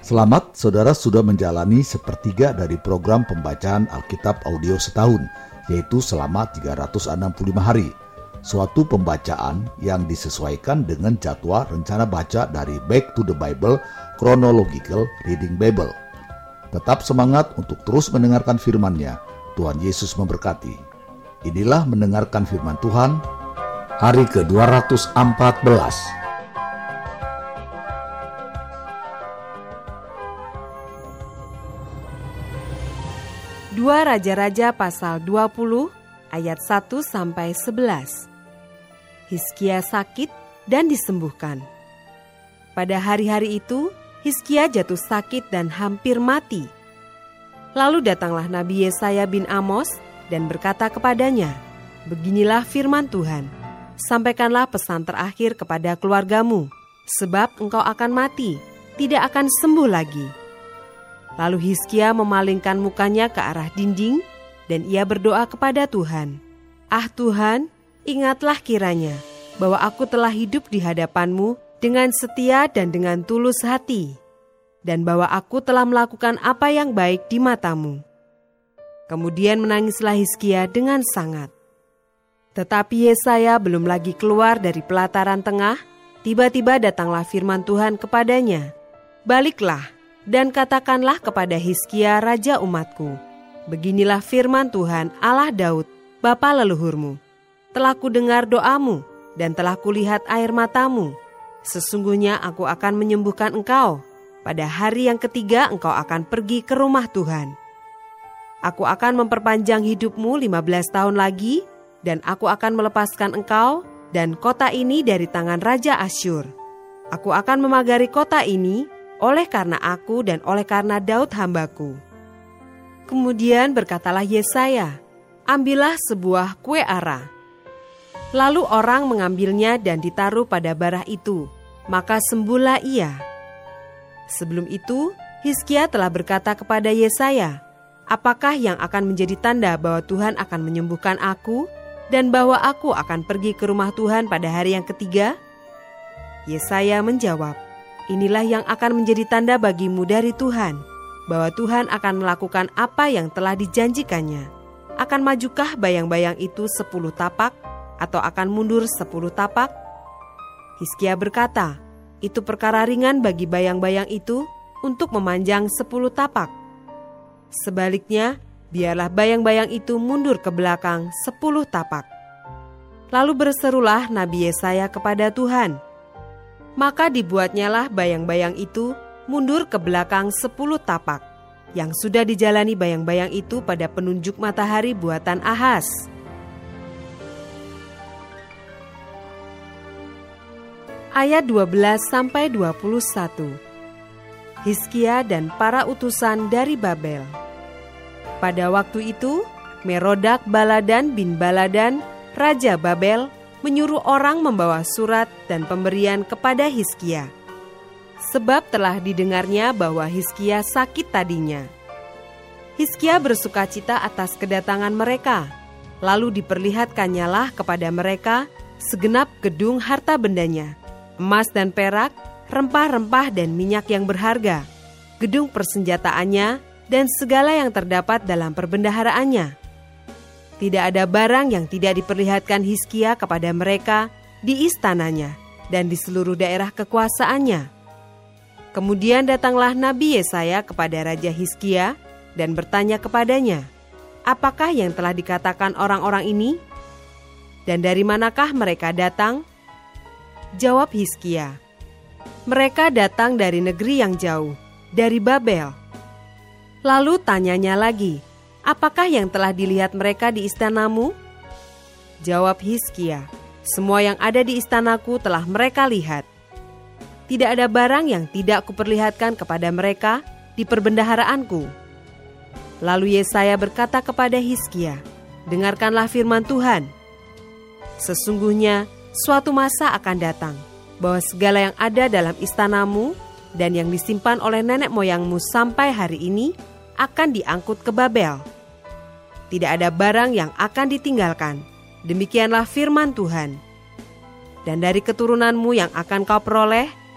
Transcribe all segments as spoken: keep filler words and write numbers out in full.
Selamat, saudara sudah menjalani sepertiga dari program pembacaan Alkitab audio setahun, yaitu selama tiga ratus enam puluh lima hari. Suatu pembacaan yang disesuaikan dengan jadwal rencana baca dari Back to the Bible Chronological Reading Bible. Tetap semangat untuk terus mendengarkan firman-Nya. Tuhan Yesus memberkati. Inilah mendengarkan firman Tuhan, hari ke dua ratus empat belas. dua Raja-Raja pasal dua puluh ayat satu sampai sebelas. Hizkia sakit dan disembuhkan. Pada hari-hari itu, Hizkia jatuh sakit dan hampir mati. Lalu datanglah Nabi Yesaya bin Amos dan berkata kepadanya, "Beginilah firman Tuhan, sampaikanlah pesan terakhir kepada keluargamu, sebab engkau akan mati, tidak akan sembuh lagi." Lalu Hizkia memalingkan mukanya ke arah dinding, dan ia berdoa kepada Tuhan, "Ah Tuhan, ingatlah kiranya bahwa aku telah hidup di hadapan-Mu dengan setia dan dengan tulus hati, dan bahwa aku telah melakukan apa yang baik di mata-Mu." Kemudian menangislah Hizkia dengan sangat. Tetapi Yesaya belum lagi keluar dari pelataran tengah, tiba-tiba datanglah firman Tuhan kepadanya, "Baliklah dan katakanlah kepada Hizkia raja umatku, beginilah firman Tuhan Allah Daud, bapa leluhurmu. Telah kudengar doamu dan telah kulihat air matamu. Sesungguhnya aku akan menyembuhkan engkau. Pada hari yang ketiga engkau akan pergi ke rumah Tuhan. Aku akan memperpanjang hidupmu lima belas tahun lagi, dan aku akan melepaskan engkau dan kota ini dari tangan Raja Asyur. Aku akan memagari kota ini oleh karena aku dan oleh karena Daud hambaku." Kemudian berkatalah Yesaya, "Ambillah sebuah kue ara." Lalu orang mengambilnya dan ditaruh pada barah itu, maka sembuhlah ia. Sebelum itu, Hizkia telah berkata kepada Yesaya, "Apakah yang akan menjadi tanda bahwa Tuhan akan menyembuhkan aku dan bahwa aku akan pergi ke rumah Tuhan pada hari yang ketiga?" Yesaya menjawab, "Inilah yang akan menjadi tanda bagimu dari Tuhan, bahwa Tuhan akan melakukan apa yang telah dijanjikannya. Akan majukah bayang-bayang itu sepuluh tapak, atau akan mundur sepuluh tapak?" Hizkia berkata, "Itu perkara ringan bagi bayang-bayang itu untuk memanjang sepuluh tapak. Sebaliknya, biarlah bayang-bayang itu mundur ke belakang sepuluh tapak." Lalu berserulah Nabi Yesaya kepada Tuhan. Maka dibuatnyalah bayang-bayang itu mundur ke belakang sepuluh tapak, yang sudah dijalani bayang-bayang itu pada penunjuk matahari buatan Ahaz. Ayat dua belas sampai dua puluh satu. Hizkia dan para utusan dari Babel. Pada waktu itu, Merodak Baladan bin Baladan, Raja Babel, menyuruh orang membawa surat dan pemberian kepada Hizkia, sebab telah didengarnya bahwa Hizkia sakit tadinya. Hizkia bersukacita atas kedatangan mereka, lalu diperlihatkannyalah kepada mereka segenap gedung harta bendanya, emas dan perak, rempah-rempah dan minyak yang berharga, gedung persenjataannya, dan segala yang terdapat dalam perbendaharaannya. Tidak ada barang yang tidak diperlihatkan Hizkia kepada mereka di istananya dan di seluruh daerah kekuasaannya. Kemudian datanglah Nabi Yesaya kepada Raja Hizkia dan bertanya kepadanya, "Apakah yang telah dikatakan orang-orang ini? Dan dari manakah mereka datang?" Jawab Hizkia, "Mereka datang dari negeri yang jauh, dari Babel." Lalu tanyanya lagi, "Apakah yang telah dilihat mereka di istanamu?" Jawab Hizkia, "Semua yang ada di istanaku telah mereka lihat. Tidak ada barang yang tidak kuperlihatkan kepada mereka di perbendaharaanku." Lalu Yesaya berkata kepada Hizkia, "Dengarkanlah firman Tuhan. Sesungguhnya suatu masa akan datang, bahwa segala yang ada dalam istanamu dan yang disimpan oleh nenek moyangmu sampai hari ini akan diangkut ke Babel. Tidak ada barang yang akan ditinggalkan. Demikianlah firman Tuhan. Dan dari keturunanmu yang akan kau peroleh,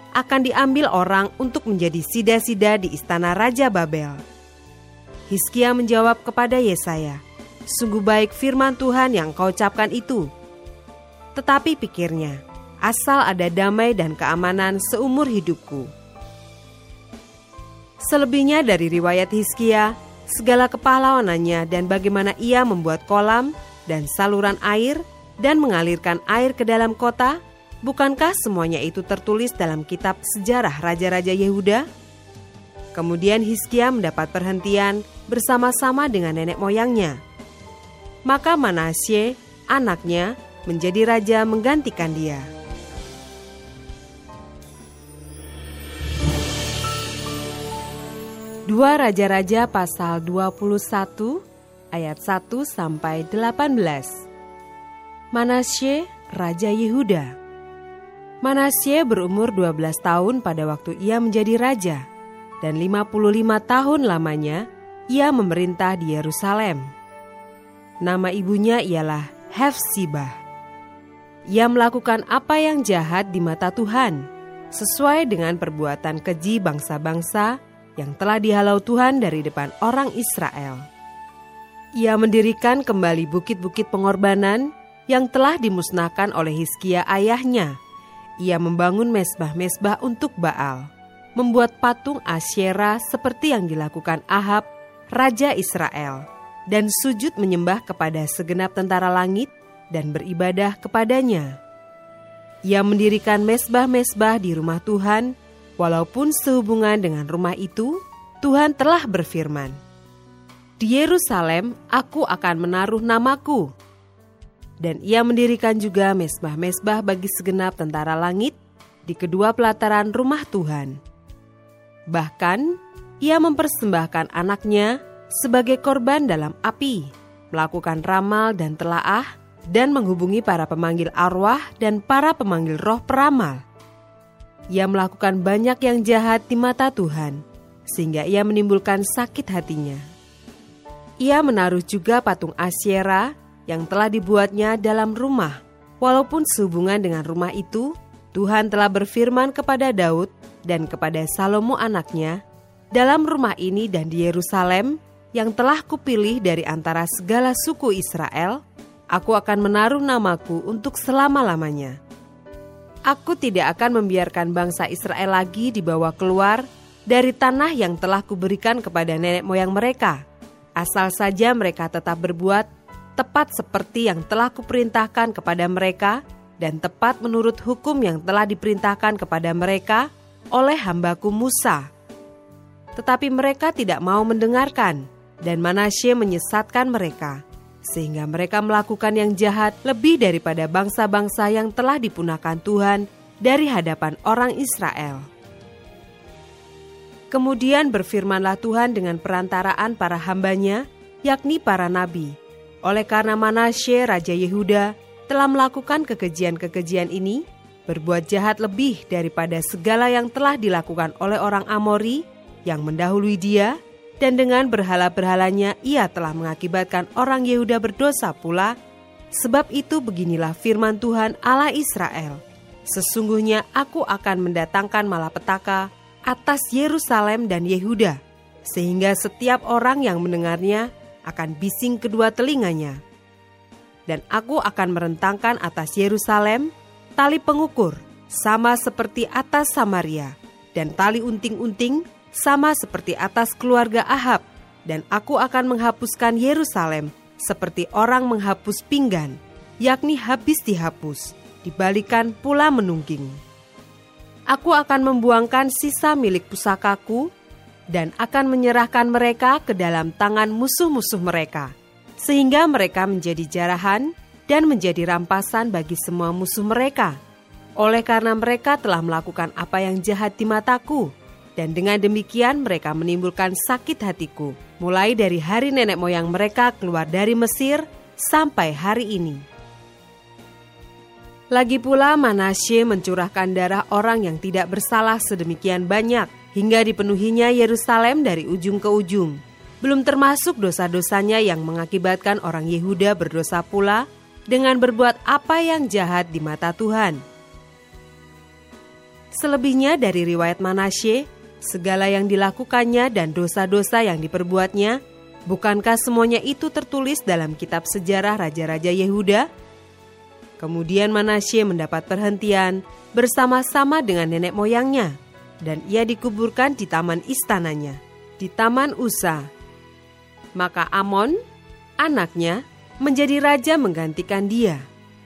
akan diambil orang untuk menjadi sida-sida di istana Raja Babel. Hizkia menjawab kepada Yesaya, "Sungguh baik firman Tuhan yang kau ucapkan itu. Tetapi pikirnya, asal ada damai dan keamanan seumur hidupku." Selebihnya dari riwayat Hizkia, segala kepahlawanannya dan bagaimana ia membuat kolam dan saluran air dan mengalirkan air ke dalam kota, bukankah semuanya itu tertulis dalam kitab sejarah Raja-Raja Yehuda? Kemudian Hizkia mendapat perhentian bersama-sama dengan nenek moyangnya. Maka Manasye, anaknya, menjadi raja menggantikan dia. Dua Raja-Raja pasal dua puluh satu ayat satu sampai delapan belas. Manasye, Raja Yehuda. Manasye berumur dua belas tahun pada waktu ia menjadi raja, dan lima puluh lima tahun lamanya ia memerintah di Yerusalem. Nama ibunya ialah Hefsibah. Ia melakukan apa yang jahat di mata Tuhan, sesuai dengan perbuatan keji bangsa-bangsa yang telah dihalau Tuhan dari depan orang Israel. Ia mendirikan kembali bukit-bukit pengorbanan yang telah dimusnahkan oleh Hizkia ayahnya. Ia membangun mesbah-mesbah untuk Baal, membuat patung Asyera seperti yang dilakukan Ahab, Raja Israel, dan sujud menyembah kepada segenap tentara langit dan beribadah kepadanya. Ia mendirikan mesbah-mesbah di rumah Tuhan, walaupun sehubungan dengan rumah itu, Tuhan telah berfirman, "Di Yerusalem aku akan menaruh namaku." Dan ia mendirikan juga mesbah-mesbah bagi segenap tentara langit di kedua pelataran rumah Tuhan. Bahkan, ia mempersembahkan anaknya sebagai korban dalam api, melakukan ramal dan telaah, dan menghubungi para pemanggil arwah dan para pemanggil roh peramal. Ia melakukan banyak yang jahat di mata Tuhan, sehingga ia menimbulkan sakit hatinya. Ia menaruh juga patung Asyera yang telah dibuatnya dalam rumah, walaupun sehubungan dengan rumah itu, Tuhan telah berfirman kepada Daud dan kepada Salomo anaknya, "Dalam rumah ini dan di Yerusalem, yang telah kupilih dari antara segala suku Israel, aku akan menaruh namaku untuk selama-lamanya. Aku tidak akan membiarkan bangsa Israel lagi dibawa keluar dari tanah yang telah kuberikan kepada nenek moyang mereka, asal saja mereka tetap berbuat tepat seperti yang telah kuperintahkan kepada mereka dan tepat menurut hukum yang telah diperintahkan kepada mereka oleh hambaku Musa." Tetapi mereka tidak mau mendengarkan, dan Manasye menyesatkan mereka, sehingga mereka melakukan yang jahat lebih daripada bangsa-bangsa yang telah dipunahkan Tuhan dari hadapan orang Israel. Kemudian berfirmanlah Tuhan dengan perantaraan para hambanya, yakni para nabi. Oleh karena Manasye, Raja Yehuda, telah melakukan kekejian-kekejian ini, berbuat jahat lebih daripada segala yang telah dilakukan oleh orang Amori yang mendahului dia, dan dengan berhala-berhalanya ia telah mengakibatkan orang Yehuda berdosa pula. Sebab itu beginilah firman Tuhan Allah Israel, "Sesungguhnya aku akan mendatangkan malapetaka atas Yerusalem dan Yehuda, sehingga setiap orang yang mendengarnya akan bising kedua telinganya. Dan aku akan merentangkan atas Yerusalem tali pengukur sama seperti atas Samaria, dan tali unting-unting sama seperti atas keluarga Ahab, dan aku akan menghapuskan Yerusalem seperti orang menghapus pinggan, yakni habis dihapus, dibalikan pula menungging. Aku akan membuangkan sisa milik pusakaku, dan akan menyerahkan mereka ke dalam tangan musuh-musuh mereka, sehingga mereka menjadi jarahan dan menjadi rampasan bagi semua musuh mereka, oleh karena mereka telah melakukan apa yang jahat di mataku. Dan dengan demikian mereka menimbulkan sakit hatiku, mulai dari hari nenek moyang mereka keluar dari Mesir sampai hari ini." Lagi pula Manasye mencurahkan darah orang yang tidak bersalah sedemikian banyak, hingga dipenuhinya Yerusalem dari ujung ke ujung. Belum termasuk dosa-dosanya yang mengakibatkan orang Yehuda berdosa pula dengan berbuat apa yang jahat di mata Tuhan. Selebihnya dari riwayat Manasye, segala yang dilakukannya dan dosa-dosa yang diperbuatnya, bukankah semuanya itu tertulis dalam kitab sejarah Raja-Raja Yehuda? Kemudian Manasye mendapat perhentian bersama-sama dengan nenek moyangnya, dan ia dikuburkan di taman istananya, di Taman Usa. Maka Amon, anaknya, menjadi raja menggantikan dia.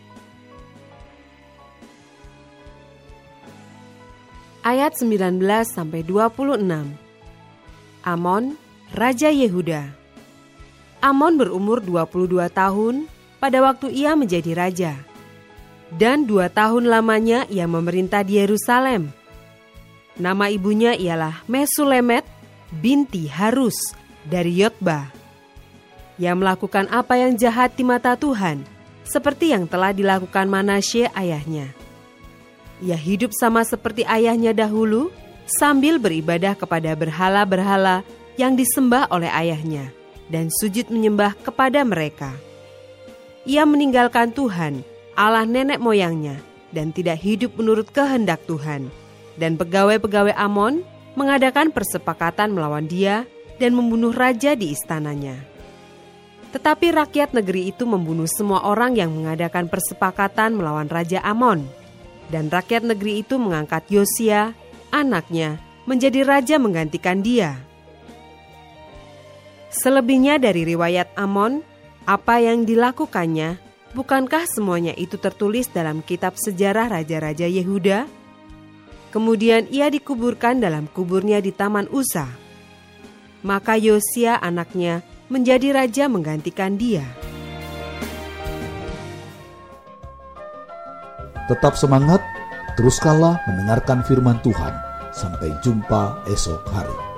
Ayat sembilan belas sampai dua puluh enam. Amon, Raja Yehuda. Amon berumur dua puluh dua tahun pada waktu ia menjadi raja. Dan dua tahun lamanya ia memerintah di Yerusalem. Nama ibunya ialah Mesulemet binti Harus dari Yotba. Ia melakukan apa yang jahat di mata Tuhan, seperti yang telah dilakukan Manasye ayahnya. Ia hidup sama seperti ayahnya dahulu, sambil beribadah kepada berhala-berhala yang disembah oleh ayahnya, dan sujud menyembah kepada mereka. Ia meninggalkan Tuhan, Allah nenek moyangnya, dan tidak hidup menurut kehendak Tuhan. Dan pegawai-pegawai Amon mengadakan persepakatan melawan dia dan membunuh raja di istananya. Tetapi rakyat negeri itu membunuh semua orang yang mengadakan persepakatan melawan Raja Amon. Dan rakyat negeri itu mengangkat Yosia, anaknya, menjadi raja menggantikan dia. Selebihnya dari riwayat Amon, apa yang dilakukannya, bukankah semuanya itu tertulis dalam kitab sejarah Raja-Raja Yehuda? Kemudian ia dikuburkan dalam kuburnya di Taman Usa. Maka Yosia anaknya menjadi raja menggantikan dia. Tetap semangat, teruskanlah mendengarkan firman Tuhan. Sampai jumpa esok hari.